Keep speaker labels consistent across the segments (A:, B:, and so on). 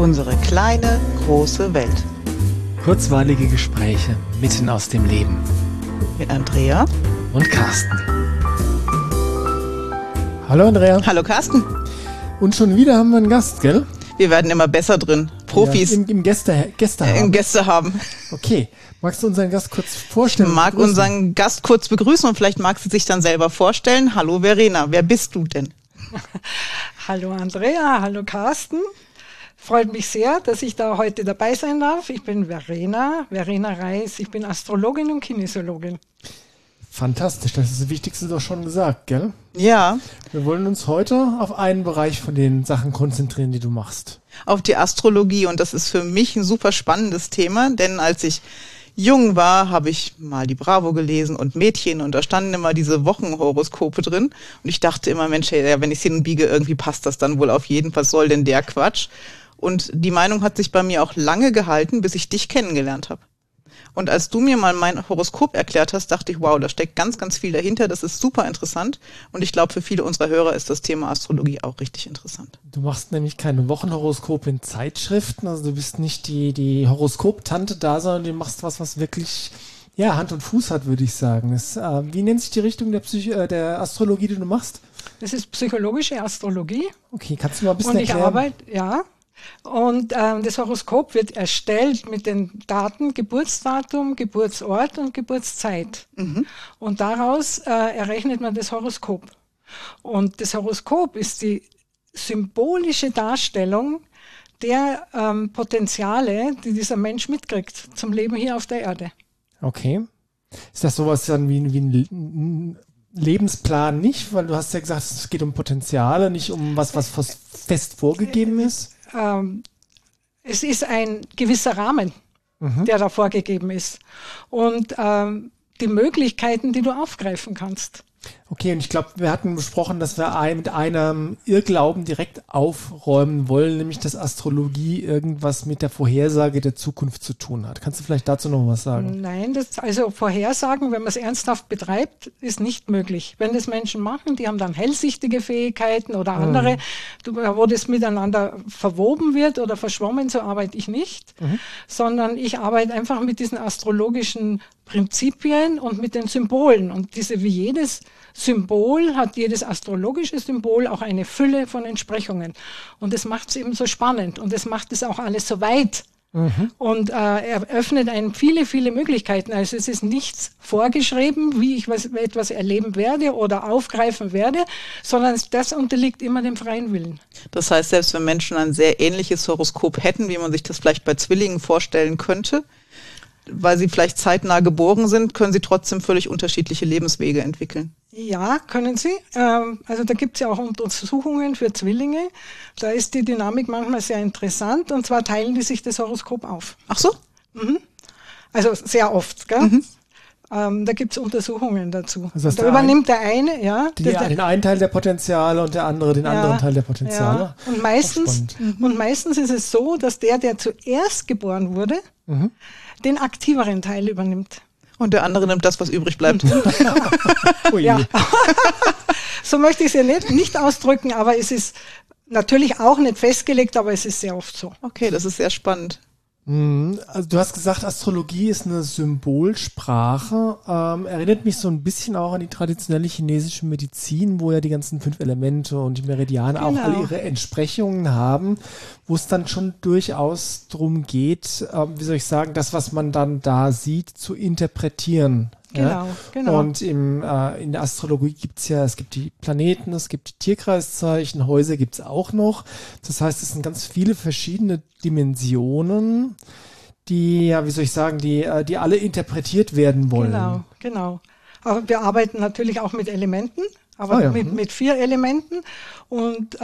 A: Unsere kleine, große Welt.
B: Kurzweilige Gespräche mitten aus dem Leben.
A: Mit Andrea
B: und Carsten. Hallo Andrea.
A: Hallo Carsten.
B: Und schon wieder haben wir einen Gast, gell?
A: Wir werden immer besser drin. Profis.
B: Ja, im Gästehaben.
A: Im Gästehaben.
B: Okay. Magst du unseren Gast kurz vorstellen?
A: Ich mag unseren Gast kurz begrüßen und vielleicht mag sie sich dann selber vorstellen. Hallo Verena, wer bist du denn?
C: Hallo Andrea, hallo Carsten. Freut mich sehr, dass ich da heute dabei sein darf. Ich bin Verena Reis. Ich bin Astrologin und Kinesiologin.
B: Fantastisch, das ist das Wichtigste doch schon gesagt, gell?
A: Ja.
B: Wir wollen uns heute auf einen Bereich von den Sachen konzentrieren, die du machst.
A: Auf die Astrologie, und das ist für mich ein super spannendes Thema, denn als ich jung war, habe ich mal die Bravo gelesen und Mädchen und da standen immer diese Wochenhoroskope drin und ich dachte immer, Mensch, ja, wenn ich es hin und biege, irgendwie passt das dann wohl auf jeden Fall, was soll denn der Quatsch? Und die Meinung hat sich bei mir auch lange gehalten, bis ich dich kennengelernt habe. Und als du mir mal mein Horoskop erklärt hast, dachte ich, wow, da steckt ganz, ganz viel dahinter. Das ist super interessant. Und ich glaube, für viele unserer Hörer ist das Thema Astrologie auch richtig interessant.
B: Du machst nämlich keine Wochenhoroskope in Zeitschriften. Also du bist nicht die Horoskop-Tante da, sondern du machst was wirklich Hand und Fuß hat, würde ich sagen. Wie nennt sich die Richtung der Astrologie, die du machst?
C: Das ist psychologische Astrologie.
B: Okay, kannst du mal ein bisschen erklären?
C: Und ich arbeite, Und das Horoskop wird erstellt mit den Daten Geburtsdatum, Geburtsort und Geburtszeit. Mhm. Und daraus errechnet man das Horoskop. Und das Horoskop ist die symbolische Darstellung der Potenziale, die dieser Mensch mitkriegt zum Leben hier auf der Erde.
B: Okay. Ist das sowas dann wie ein Lebensplan nicht? Weil du hast ja gesagt, es geht um Potenziale, nicht um was fest vorgegeben ist.
C: Es ist ein gewisser Rahmen, der da vorgegeben ist. Und die Möglichkeiten, die du aufgreifen kannst.
B: Okay, und ich glaube, wir hatten besprochen, dass wir mit einem Irrglauben direkt aufräumen wollen, nämlich dass Astrologie irgendwas mit der Vorhersage der Zukunft zu tun hat. Kannst du vielleicht dazu noch was sagen?
C: Nein, also Vorhersagen, wenn man es ernsthaft betreibt, ist nicht möglich. Wenn das Menschen machen, die haben dann hellsichtige Fähigkeiten oder andere, wo das miteinander verwoben wird oder verschwommen, so arbeite ich nicht, sondern ich arbeite einfach mit diesen astrologischen Prinzipien und mit den Symbolen. Und wie jedes Symbol hat jedes astrologische Symbol auch eine Fülle von Entsprechungen. Und das macht es eben so spannend und das macht es auch alles so weit. Und eröffnet einem viele, viele Möglichkeiten. Also es ist nichts vorgeschrieben, wie ich etwas erleben werde oder aufgreifen werde, sondern das unterliegt immer dem freien Willen.
A: Das heißt, selbst wenn Menschen ein sehr ähnliches Horoskop hätten, wie man sich das vielleicht bei Zwillingen vorstellen könnte, weil sie vielleicht zeitnah geboren sind, können sie trotzdem völlig unterschiedliche Lebenswege entwickeln.
C: Ja, können sie. Also da gibt es ja auch Untersuchungen für Zwillinge. Da ist die Dynamik manchmal sehr interessant. Und zwar teilen die sich das Horoskop auf.
A: Ach so?
C: Also sehr oft, gell? Da gibt es Untersuchungen dazu.
B: Also
C: da übernimmt der eine,
B: den einen Teil der Potenziale und der andere den anderen Teil der Potenziale.
C: Ja. Und meistens ist es so, dass der zuerst geboren wurde, den aktiveren Teil übernimmt.
A: Und der andere nimmt das, was übrig bleibt.
C: Ja. So möchte ich es ja nicht ausdrücken, aber es ist natürlich auch nicht festgelegt, aber es ist sehr oft so.
A: Okay, das ist sehr spannend.
B: Also du hast gesagt, Astrologie ist eine Symbolsprache. Erinnert mich so ein bisschen auch an die traditionelle chinesische Medizin, wo ja die ganzen 5 Elemente und die Meridiane auch alle ihre Entsprechungen haben, wo es dann schon durchaus darum geht, wie soll ich sagen, das, was man dann da sieht, zu interpretieren.
C: Genau.
B: Und in der Astrologie es gibt die Planeten, es gibt die Tierkreiszeichen, Häuser gibt es auch noch. Das heißt, es sind ganz viele verschiedene Dimensionen, die, die alle interpretiert werden wollen.
C: Genau. Aber wir arbeiten natürlich auch mit Elementen, aber mit 4 Elementen. Und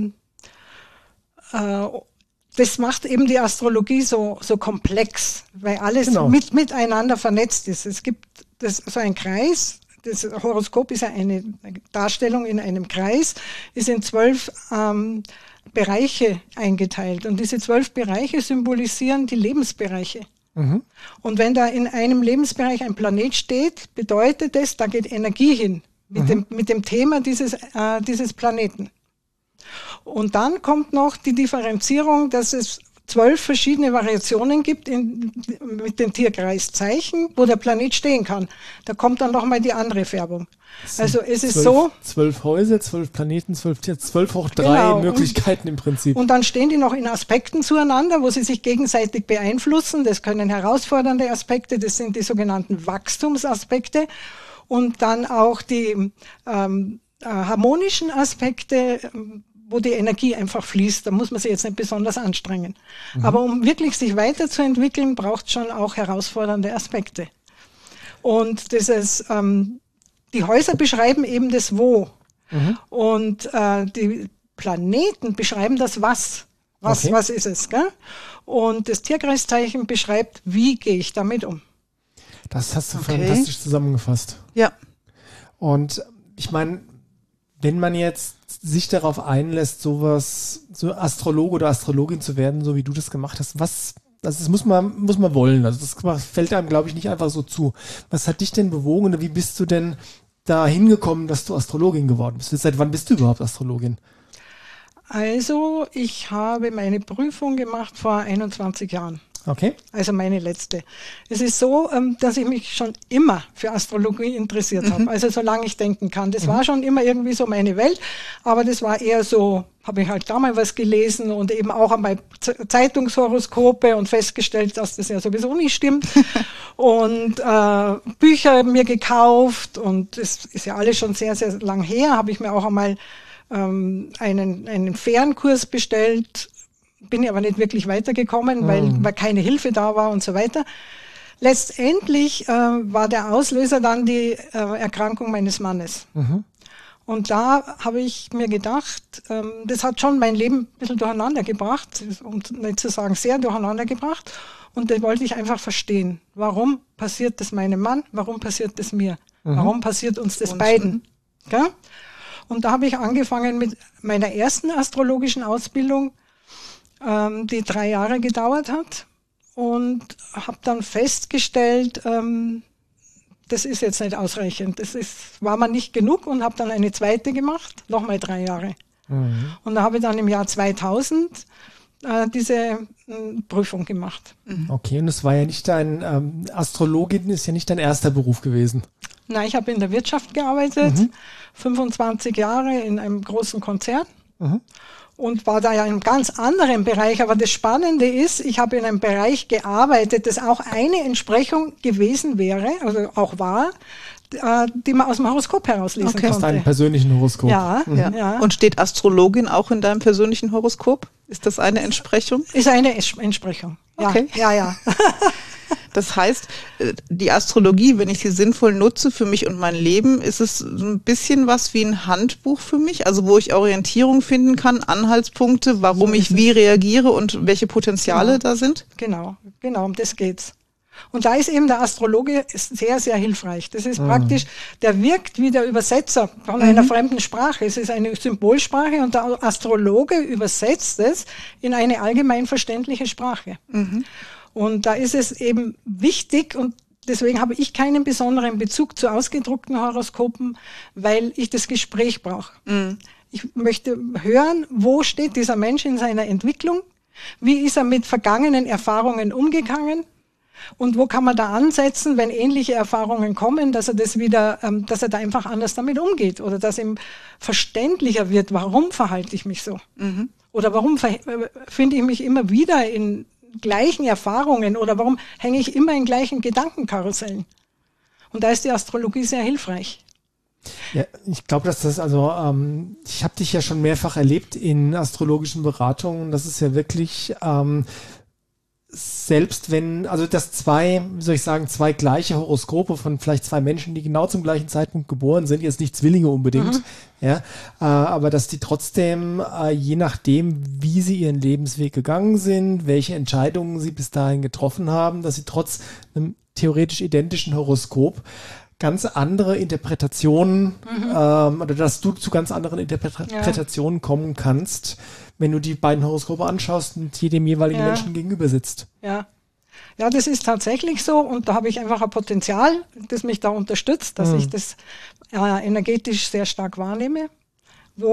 C: das macht eben die Astrologie so komplex, weil alles miteinander vernetzt ist. Es gibt so ein Kreis, das Horoskop ist ja eine Darstellung in einem Kreis, ist in 12 Bereiche eingeteilt. Und diese 12 Bereiche symbolisieren die Lebensbereiche. Und wenn da in einem Lebensbereich ein Planet steht, bedeutet das, da geht Energie hin mit dem Thema dieses Planeten. Und dann kommt noch die Differenzierung, dass es 12 verschiedene Variationen gibt mit den Tierkreiszeichen, wo der Planet stehen kann. Da kommt dann nochmal die andere Färbung. Also es ist
B: 12 Häuser, 12 Planeten, 12 hoch 3 Möglichkeiten im Prinzip.
C: Und dann stehen die noch in Aspekten zueinander, wo sie sich gegenseitig beeinflussen. Das können herausfordernde Aspekte, das sind die sogenannten Wachstumsaspekte. Und dann auch die harmonischen Aspekte, wo die Energie einfach fließt. Da muss man sich jetzt nicht besonders anstrengen. Aber um wirklich sich weiterzuentwickeln, braucht es schon auch herausfordernde Aspekte. Und die Häuser beschreiben eben das Wo. Und die Planeten beschreiben das Was. Was ist es? Gell? Und das Tierkreiszeichen beschreibt, wie gehe ich damit um.
B: Das hast du fantastisch zusammengefasst.
A: Ja.
B: Und ich meine, wenn man jetzt sich darauf einlässt, so Astrologe oder Astrologin zu werden, so wie du das gemacht hast, das muss man wollen. Also das fällt einem, glaube ich, nicht einfach so zu. Was hat dich denn bewogen oder wie bist du denn da hingekommen, dass du Astrologin geworden bist? Seit wann bist du überhaupt Astrologin?
C: Also, ich habe meine Prüfung gemacht vor 21 Jahren.
B: Okay.
C: Also meine letzte. Es ist so, dass ich mich schon immer für Astrologie interessiert habe. Also solange ich denken kann. Das war schon immer irgendwie so meine Welt. Aber das war eher so, habe ich halt da mal was gelesen und eben auch einmal Zeitungshoroskope und festgestellt, dass das ja sowieso nicht stimmt. Und Bücher mir gekauft und das ist ja alles schon sehr, sehr lang her. Habe ich mir auch einmal einen Fernkurs bestellt. Bin ich aber nicht wirklich weitergekommen, weil keine Hilfe da war und so weiter. Letztendlich war der Auslöser dann die Erkrankung meines Mannes. Und da habe ich mir gedacht, das hat schon mein Leben ein bisschen durcheinander gebracht, um nicht zu sagen sehr durcheinander gebracht. Und da wollte ich einfach verstehen, warum passiert das meinem Mann, warum passiert das mir, warum passiert uns das beiden. Gell? Und da habe ich angefangen mit meiner ersten astrologischen Ausbildung, die 3 Jahre gedauert hat und habe dann festgestellt, das ist jetzt nicht ausreichend, war mir nicht genug und habe dann eine zweite gemacht, nochmal 3 Jahre. Und da habe ich dann im Jahr 2000 diese Prüfung gemacht.
B: Okay, und es war ja nicht Astrologin ist ja nicht dein erster Beruf gewesen.
C: Nein, ich habe in der Wirtschaft gearbeitet, 25 Jahre in einem großen Konzern. Und war da ja in einem ganz anderen Bereich. Aber das Spannende ist, ich habe in einem Bereich gearbeitet, das auch eine Entsprechung gewesen wäre, also auch war, die man aus dem Horoskop herauslesen konnte.
B: Aus deinem persönlichen Horoskop.
C: Ja,
A: ja. Und steht Astrologin auch in deinem persönlichen Horoskop? Ist das eine Entsprechung?
C: Ist eine Entsprechung. Ja,
A: okay.
C: Ja.
A: Das heißt, die Astrologie, wenn ich sie sinnvoll nutze für mich und mein Leben, ist es so ein bisschen was wie ein Handbuch für mich, also wo ich Orientierung finden kann, Anhaltspunkte, warum ich wie reagiere und welche Potenziale da sind?
C: Genau, um das geht's. Und da ist eben der Astrologe sehr, sehr hilfreich. Das ist praktisch, der wirkt wie der Übersetzer von einer fremden Sprache. Es ist eine Symbolsprache und der Astrologe übersetzt es in eine allgemein verständliche Sprache. Und da ist es eben wichtig und deswegen habe ich keinen besonderen Bezug zu ausgedruckten Horoskopen, weil ich das Gespräch brauche. Ich möchte hören, wo steht dieser Mensch in seiner Entwicklung? Wie ist er mit vergangenen Erfahrungen umgegangen? Und wo kann man da ansetzen, wenn ähnliche Erfahrungen kommen, dass er das wieder, dass er da einfach anders damit umgeht oder dass ihm verständlicher wird, warum verhalte ich mich so? Oder warum finde ich mich immer wieder in gleichen Erfahrungen oder warum hänge ich immer in gleichen Gedankenkarussellen? Und da ist die Astrologie sehr hilfreich.
B: Ja, ich glaube, dass das ich habe dich ja schon mehrfach erlebt in astrologischen Beratungen. Das ist ja wirklich selbst wenn, also dass zwei gleiche Horoskope von vielleicht 2 Menschen, die genau zum gleichen Zeitpunkt geboren sind, jetzt nicht Zwillinge unbedingt, ja, aber dass die trotzdem, je nachdem, wie sie ihren Lebensweg gegangen sind, welche Entscheidungen sie bis dahin getroffen haben, dass sie trotz einem theoretisch identischen Horoskop ganz andere Interpretationen oder dass du zu ganz anderen Interpretationen kommen kannst, wenn du die beiden Horoskope anschaust und jedem jeweiligen Menschen gegenüber sitzt.
C: Ja, das ist tatsächlich so und da habe ich einfach ein Potenzial, das mich da unterstützt, dass ich das energetisch sehr stark wahrnehme, wo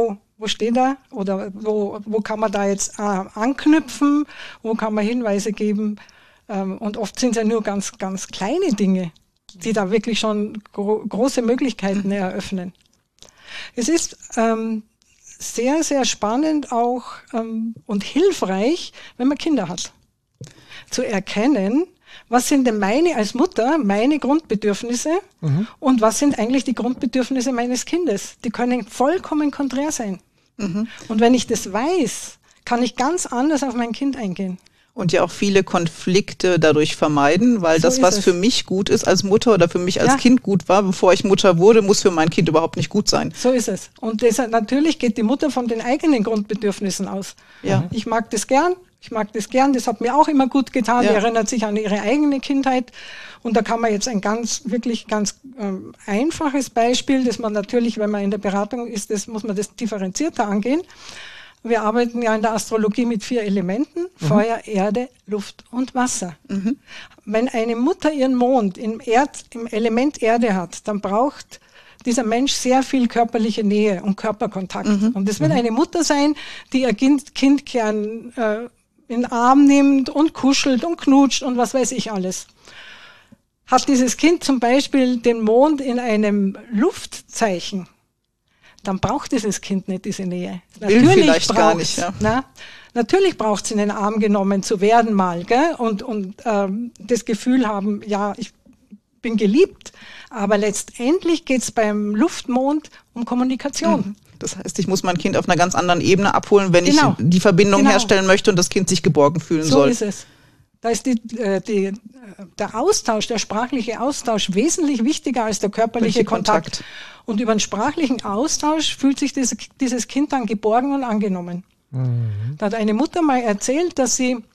C: wo steht er oder wo kann man da jetzt anknüpfen, wo kann man Hinweise geben. Und oft sind es ja nur ganz, ganz kleine Dinge, die da wirklich schon große Möglichkeiten eröffnen. Es ist sehr, sehr spannend auch und hilfreich, wenn man Kinder hat, zu erkennen, was sind denn als Mutter meine Grundbedürfnisse und was sind eigentlich die Grundbedürfnisse meines Kindes? Die können vollkommen konträr sein. Und wenn ich das weiß, kann ich ganz anders auf mein Kind eingehen.
A: Und ja auch viele Konflikte dadurch vermeiden, weil das, was für mich gut ist als Mutter oder für mich als Kind gut war, bevor ich Mutter wurde, muss für mein Kind überhaupt nicht gut sein.
C: So ist es. Und deshalb, natürlich geht die Mutter von den eigenen Grundbedürfnissen aus. Ja. Ich mag das gern, das hat mir auch immer gut getan, die erinnert sich an ihre eigene Kindheit. Und da kann man jetzt ein wirklich ganz einfaches Beispiel, das man natürlich, wenn man in der Beratung ist, muss man das differenzierter angehen. Wir arbeiten ja in der Astrologie mit 4 Elementen, Feuer, Erde, Luft und Wasser. Wenn eine Mutter ihren Mond im Element Erde hat, dann braucht dieser Mensch sehr viel körperliche Nähe und Körperkontakt. Und das wird eine Mutter sein, die ihr Kind gern in den Arm nimmt und kuschelt und knutscht und was weiß ich alles. Hat dieses Kind zum Beispiel den Mond in einem Luftzeichen, dann braucht dieses Kind nicht diese Nähe.
A: Will vielleicht gar nicht, ja.
C: Natürlich braucht es in den Arm genommen zu werden mal, gell? Und das Gefühl haben, ja, ich bin geliebt. Aber letztendlich geht es beim Luftmond um Kommunikation.
A: Das heißt, ich muss mein Kind auf einer ganz anderen Ebene abholen, wenn ich die Verbindung herstellen möchte und das Kind sich geborgen fühlen soll.
C: So ist es. Da ist der Austausch, der sprachliche Austausch wesentlich wichtiger als der körperliche Kontakt. Und über den sprachlichen Austausch fühlt sich dieses Kind dann geborgen und angenommen. Da hat eine Mutter mal erzählt, dass sie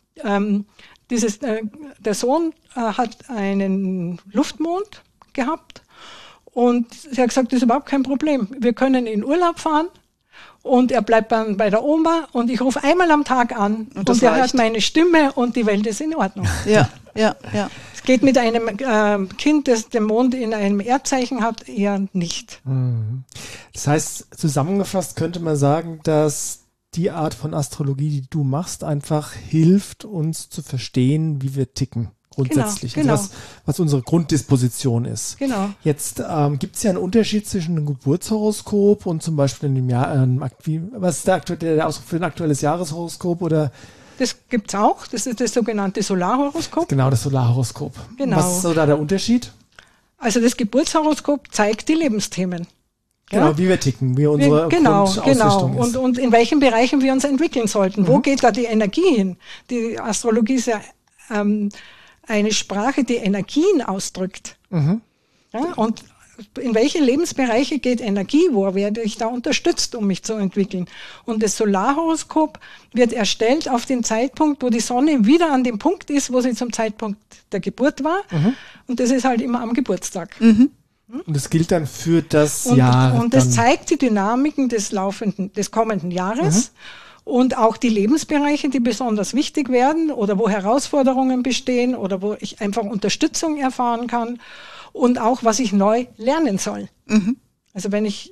C: der Sohn hat einen Luftmond gehabt und sie hat gesagt, das ist überhaupt kein Problem. Wir können in Urlaub fahren. Und er bleibt dann bei der Oma und ich rufe einmal am Tag an und er hört meine Stimme und die Welt ist in Ordnung.
A: Ja.
C: Es geht mit einem Kind, das den Mond in einem Erdzeichen hat, eher nicht.
B: Das heißt, zusammengefasst könnte man sagen, dass die Art von Astrologie, die du machst, einfach hilft, uns zu verstehen, wie wir ticken. Grundsätzlich,
C: genau.
B: Also was unsere Grunddisposition ist.
C: Genau.
B: Jetzt gibt es ja einen Unterschied zwischen einem Geburtshoroskop und zum Beispiel einem was ist der Ausdruck für ein aktuelles Jahreshoroskop oder?
C: Das gibt's auch. Das ist das sogenannte Solarhoroskop.
B: Genau, das Solarhoroskop.
C: Genau.
B: Was ist so da der Unterschied?
C: Also das Geburtshoroskop zeigt die Lebensthemen.
B: Genau, wie wir ticken, wie unsere Grundausrichtung ist.
C: Und in welchen Bereichen wir uns entwickeln sollten. Wo geht da die Energie hin? Die Astrologie ist ja eine Sprache, die Energien ausdrückt. Ja, und in welche Lebensbereiche geht Energie? Wo werde ich da unterstützt, um mich zu entwickeln? Und das Solarhoroskop wird erstellt auf den Zeitpunkt, wo die Sonne wieder an dem Punkt ist, wo sie zum Zeitpunkt der Geburt war. Und das ist halt immer am Geburtstag.
B: Und das gilt dann für das Jahr.
C: Und das zeigt die Dynamiken des kommenden Jahres. Und auch die Lebensbereiche, die besonders wichtig werden oder wo Herausforderungen bestehen oder wo ich einfach Unterstützung erfahren kann und auch, was ich neu lernen soll. Also wenn ich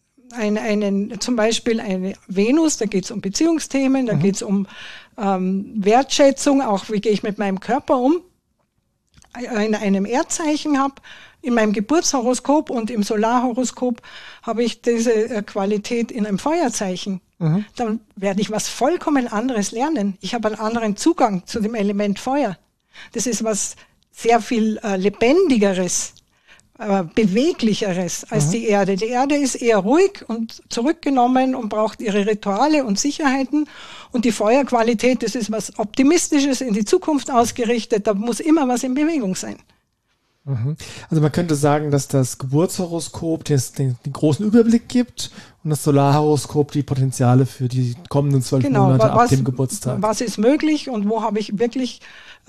C: zum Beispiel eine Venus, da geht es um Beziehungsthemen, da geht es um Wertschätzung, auch wie gehe ich mit meinem Körper um, in einem Erdzeichen habe, in meinem Geburtshoroskop und im Solarhoroskop habe ich diese Qualität in einem Feuerzeichen. Dann werde ich was vollkommen anderes lernen. Ich habe einen anderen Zugang zu dem Element Feuer. Das ist was sehr viel Lebendigeres, Beweglicheres als die Erde. Die Erde ist eher ruhig und zurückgenommen und braucht ihre Rituale und Sicherheiten. Und die Feuerqualität, das ist was Optimistisches, in die Zukunft ausgerichtet. Da muss immer was in Bewegung sein.
B: Also man könnte sagen, dass das Geburtshoroskop den großen Überblick gibt und das Solarhoroskop die Potenziale für die kommenden 12 Monate ab dem Geburtstag.
C: Was ist möglich und wo habe ich wirklich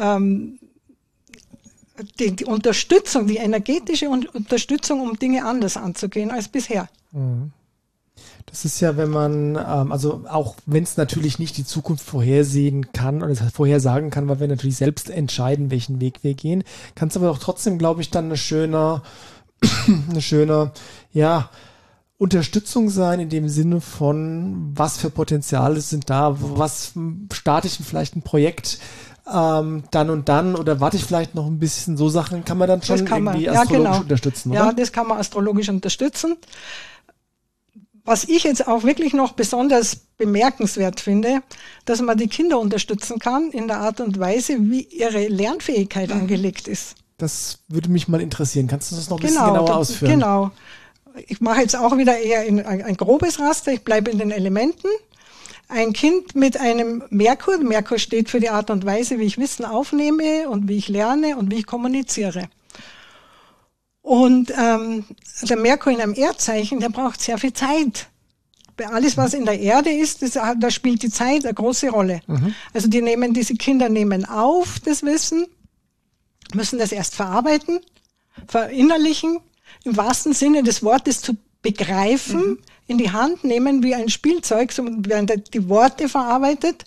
C: die Unterstützung, die energetische Unterstützung, um Dinge anders anzugehen als bisher.
B: Das ist ja, wenn man, also auch wenn es natürlich nicht die Zukunft vorhersehen kann oder vorhersagen kann, weil wir natürlich selbst entscheiden, welchen Weg wir gehen, kann es aber auch trotzdem, glaube ich, dann eine schöne, ja, Unterstützung sein in dem Sinne von, was für Potenziale sind da, was starte ich vielleicht ein Projekt dann und dann oder warte ich vielleicht noch ein bisschen, so Sachen kann man dann schon irgendwie astrologisch unterstützen, oder?
C: Ja, das kann man astrologisch unterstützen. Was ich jetzt auch wirklich noch besonders bemerkenswert finde, dass man die Kinder unterstützen kann in der Art und Weise, wie ihre Lernfähigkeit angelegt ist.
B: Das würde mich mal interessieren. Kannst du das noch ein bisschen genauer ausführen?
C: Genau. Ich mache jetzt auch wieder eher ein grobes Raster. Ich bleibe in den Elementen. Ein Kind mit einem Merkur. Merkur steht für die Art und Weise, wie ich Wissen aufnehme und wie ich lerne und wie ich kommuniziere. Und der Merkur in einem Erdzeichen, der braucht sehr viel Zeit. Bei alles, was in der Erde ist, da spielt die Zeit eine große Rolle. Mhm. Also diese Kinder nehmen auf das Wissen, müssen das erst verarbeiten, verinnerlichen, im wahrsten Sinne des Wortes zu begreifen, in die Hand nehmen wie ein Spielzeug, so werden die Worte verarbeitet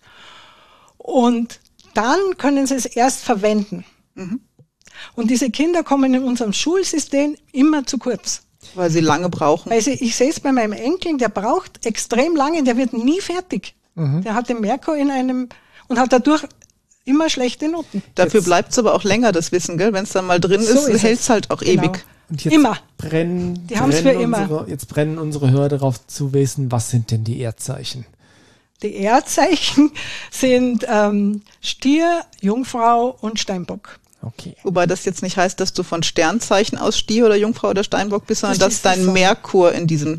C: und dann können sie es erst verwenden. Mhm. Und diese Kinder kommen in unserem Schulsystem immer zu kurz.
A: Weil sie lange brauchen.
C: Also ich sehe es bei meinem Enkel, der braucht extrem lange, der wird nie fertig. Mhm. Der hat den Merkur und hat dadurch immer schlechte Noten.
A: Dafür bleibt es aber auch länger, das Wissen, gell? Wenn es dann mal drin ist, hält es halt auch ewig.
B: Und jetzt
C: immer.
B: Die haben es für immer. Jetzt brennen unsere Hörer darauf zu wissen, was sind denn die Erdzeichen?
C: Die Erdzeichen sind Stier, Jungfrau und Steinbock.
B: Okay.
A: Wobei das jetzt nicht heißt, dass du von Sternzeichen aus Stier oder Jungfrau oder Steinbock bist, sondern dass dein Merkur in diesem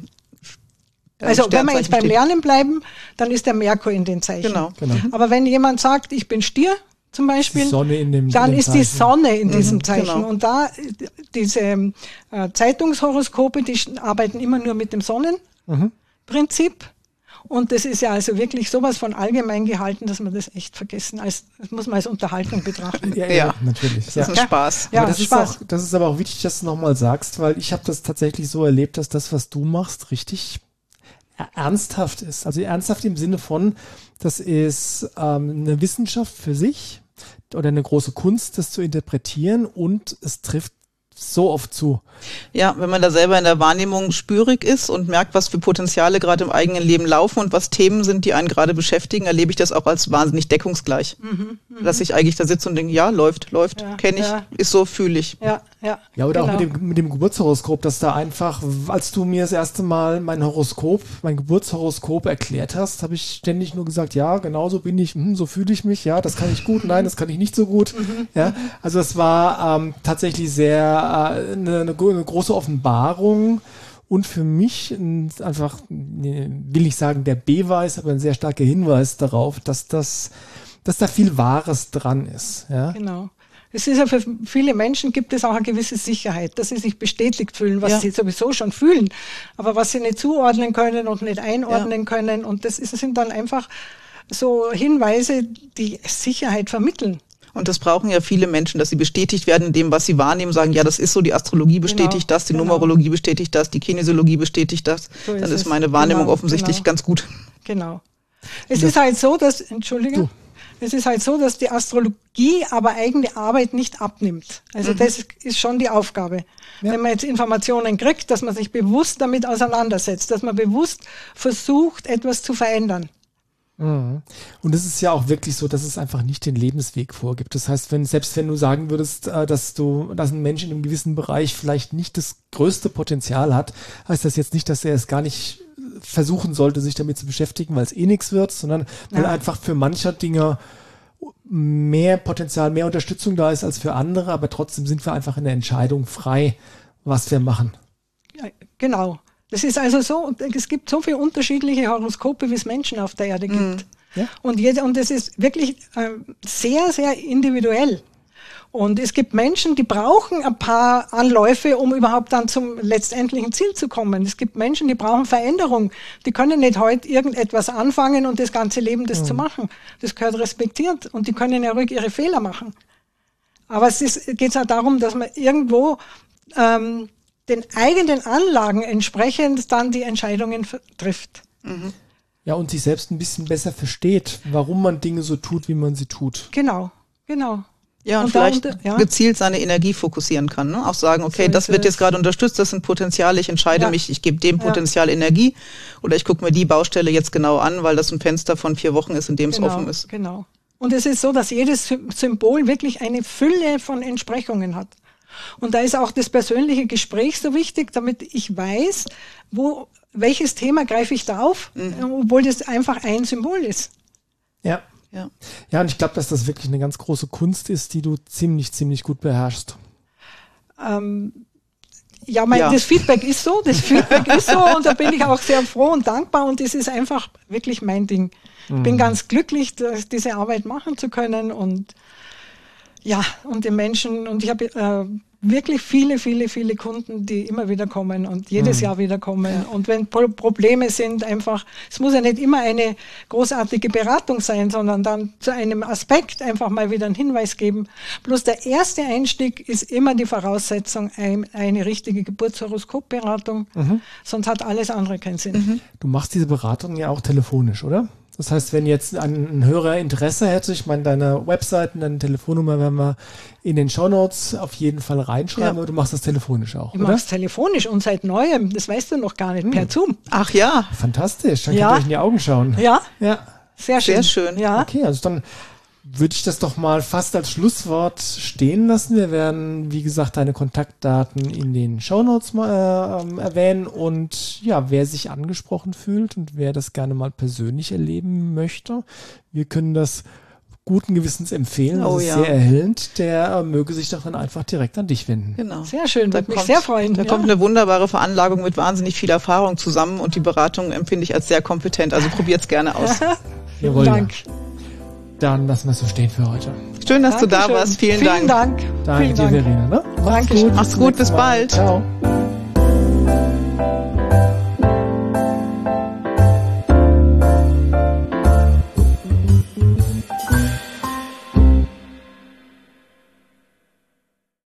C: also wenn wir jetzt beim Lernen bleiben, dann ist der Merkur in den Zeichen.
A: Genau.
C: Aber wenn jemand sagt, ich bin Stier zum Beispiel, dann ist die Sonne in diesem Zeichen. Genau. Und da diese Zeitungshoroskope, die arbeiten immer nur mit dem Sonnenprinzip. Und das ist ja also wirklich sowas von allgemein gehalten, dass man das echt vergessen. Das muss man als Unterhaltung betrachten.
B: Ja, natürlich.
A: Das ist ein Spaß.
B: Ja, das ist aber auch wichtig, dass du nochmal sagst, weil ich habe das tatsächlich so erlebt, dass das, was du machst, richtig ernsthaft ist. Also ernsthaft im Sinne von, das ist eine Wissenschaft für sich oder eine große Kunst, das zu interpretieren und es trifft so oft zu.
A: Ja, wenn man da selber in der Wahrnehmung spürig ist und merkt, was für Potenziale gerade im eigenen Leben laufen und was Themen sind, die einen gerade beschäftigen, erlebe ich das auch als wahnsinnig deckungsgleich. Dass ich eigentlich da sitze und denke, ja, läuft, kenne ich, ist so, fühle ich.
B: Ja, oder auch mit dem Geburtshoroskop, dass da einfach, als du mir das erste Mal mein Geburtshoroskop erklärt hast, habe ich ständig nur gesagt, ja, genau so bin ich, so fühle ich mich, ja, das kann ich gut, nein, das kann ich nicht so gut. Ja, also es war tatsächlich sehr eine große Offenbarung und für mich einfach, will nicht sagen der Beweis, aber ein sehr starker Hinweis darauf, dass da viel Wahres dran ist. Ja?
C: Genau. Es ist ja für viele Menschen gibt es auch eine gewisse Sicherheit, dass sie sich bestätigt fühlen, was sie sowieso schon fühlen, aber was sie nicht zuordnen können und nicht einordnen können. Und das sind dann einfach so Hinweise, die Sicherheit vermitteln.
A: Und das brauchen ja viele Menschen, dass sie bestätigt werden in dem, was sie wahrnehmen, sagen, ja, das ist so, die Astrologie bestätigt das, die Numerologie bestätigt das, die Kinesiologie bestätigt das. So dann ist meine Wahrnehmung offensichtlich ganz gut.
C: Genau. Es ist halt so, dass, es ist halt so, dass die Astrologie aber eigene Arbeit nicht abnimmt. Also das ist schon die Aufgabe. Ja. Wenn man jetzt Informationen kriegt, dass man sich bewusst damit auseinandersetzt, dass man bewusst versucht, etwas zu verändern.
B: Und es ist ja auch wirklich so, dass es einfach nicht den Lebensweg vorgibt. Das heißt, selbst wenn du sagen würdest, dass ein Mensch in einem gewissen Bereich vielleicht nicht das größte Potenzial hat, heißt das jetzt nicht, dass er es gar nicht versuchen sollte, sich damit zu beschäftigen, weil es eh nichts wird, sondern weil einfach für mancher Dinge mehr Potenzial, mehr Unterstützung da ist als für andere, aber trotzdem sind wir einfach in der Entscheidung frei, was wir machen.
C: Ja, genau. Das ist also so, es gibt so viele unterschiedliche Horoskope, wie es Menschen auf der Erde gibt. Ja. Und es ist wirklich sehr, sehr individuell. Und es gibt Menschen, die brauchen ein paar Anläufe, um überhaupt dann zum letztendlichen Ziel zu kommen. Es gibt Menschen, die brauchen Veränderung. Die können nicht heute irgendetwas anfangen und das ganze Leben das zu machen. Das gehört respektiert und die können ja ruhig ihre Fehler machen. Aber geht auch darum, dass man irgendwo den eigenen Anlagen entsprechend dann die Entscheidungen trifft.
B: Ja, und sich selbst ein bisschen besser versteht, warum man Dinge so tut, wie man sie tut.
C: Genau.
A: Ja, und vielleicht gezielt seine Energie fokussieren kann. Ne? Auch sagen, okay, so das wird jetzt gerade unterstützt, das ist ein Potenzial, ich entscheide mich, ich gebe dem Potenzial Energie oder ich gucke mir die Baustelle jetzt genau an, weil das ein Fenster von 4 Wochen ist, in dem es offen ist.
C: Genau. Und es ist so, dass jedes Symbol wirklich eine Fülle von Entsprechungen hat. Und da ist auch das persönliche Gespräch so wichtig, damit ich weiß, welches Thema greife ich da auf, obwohl das einfach ein Symbol ist.
B: Ja. Ja, und ich glaube, dass das wirklich eine ganz große Kunst ist, die du ziemlich gut beherrschst.
C: Das Feedback ist so, und da bin ich auch sehr froh und dankbar und das ist einfach wirklich mein Ding. Ich bin ganz glücklich, diese Arbeit machen zu können und den Menschen, und ich habe wirklich viele Kunden, die immer wieder kommen und jedes Jahr wieder kommen. Und wenn Probleme sind, einfach, es muss ja nicht immer eine großartige Beratung sein, sondern dann zu einem Aspekt einfach mal wieder einen Hinweis geben. Bloß der erste Einstieg ist immer die Voraussetzung, eine richtige Geburtshoroskopberatung, sonst hat alles andere keinen Sinn.
B: Du machst diese Beratung ja auch telefonisch, oder? Das heißt, wenn jetzt ein Hörer Interesse hätte, ich meine, deine Webseiten, deine Telefonnummer werden wir in den Shownotes auf jeden Fall reinschreiben, aber du machst das telefonisch auch,
C: oder? Ich mache es telefonisch und seit Neuem, das weißt du noch gar nicht, per Zoom.
A: Ach ja.
B: Fantastisch, dann könnt ihr euch in die Augen schauen.
C: Ja. Sehr schön.
B: Ja. Okay, also dann würde ich das doch mal fast als Schlusswort stehen lassen. Wir werden, wie gesagt, deine Kontaktdaten in den Shownotes mal erwähnen und ja, wer sich angesprochen fühlt und wer das gerne mal persönlich erleben möchte, wir können das guten Gewissens empfehlen. Das ist sehr erhellend. Der möge sich doch dann einfach direkt an dich wenden.
C: Genau. Sehr schön, würde mich sehr freuen.
A: Da kommt eine wunderbare Veranlagung mit wahnsinnig viel Erfahrung zusammen und die Beratung empfinde ich als sehr kompetent. Also probiert's gerne aus.
B: Vielen Dank. Dann lassen wir es so stehen für heute.
A: Schön, dass du da warst. Vielen Dank.
B: Danke dir, Verena. Ne?
A: Mach's gut, bis bald.
B: Ciao.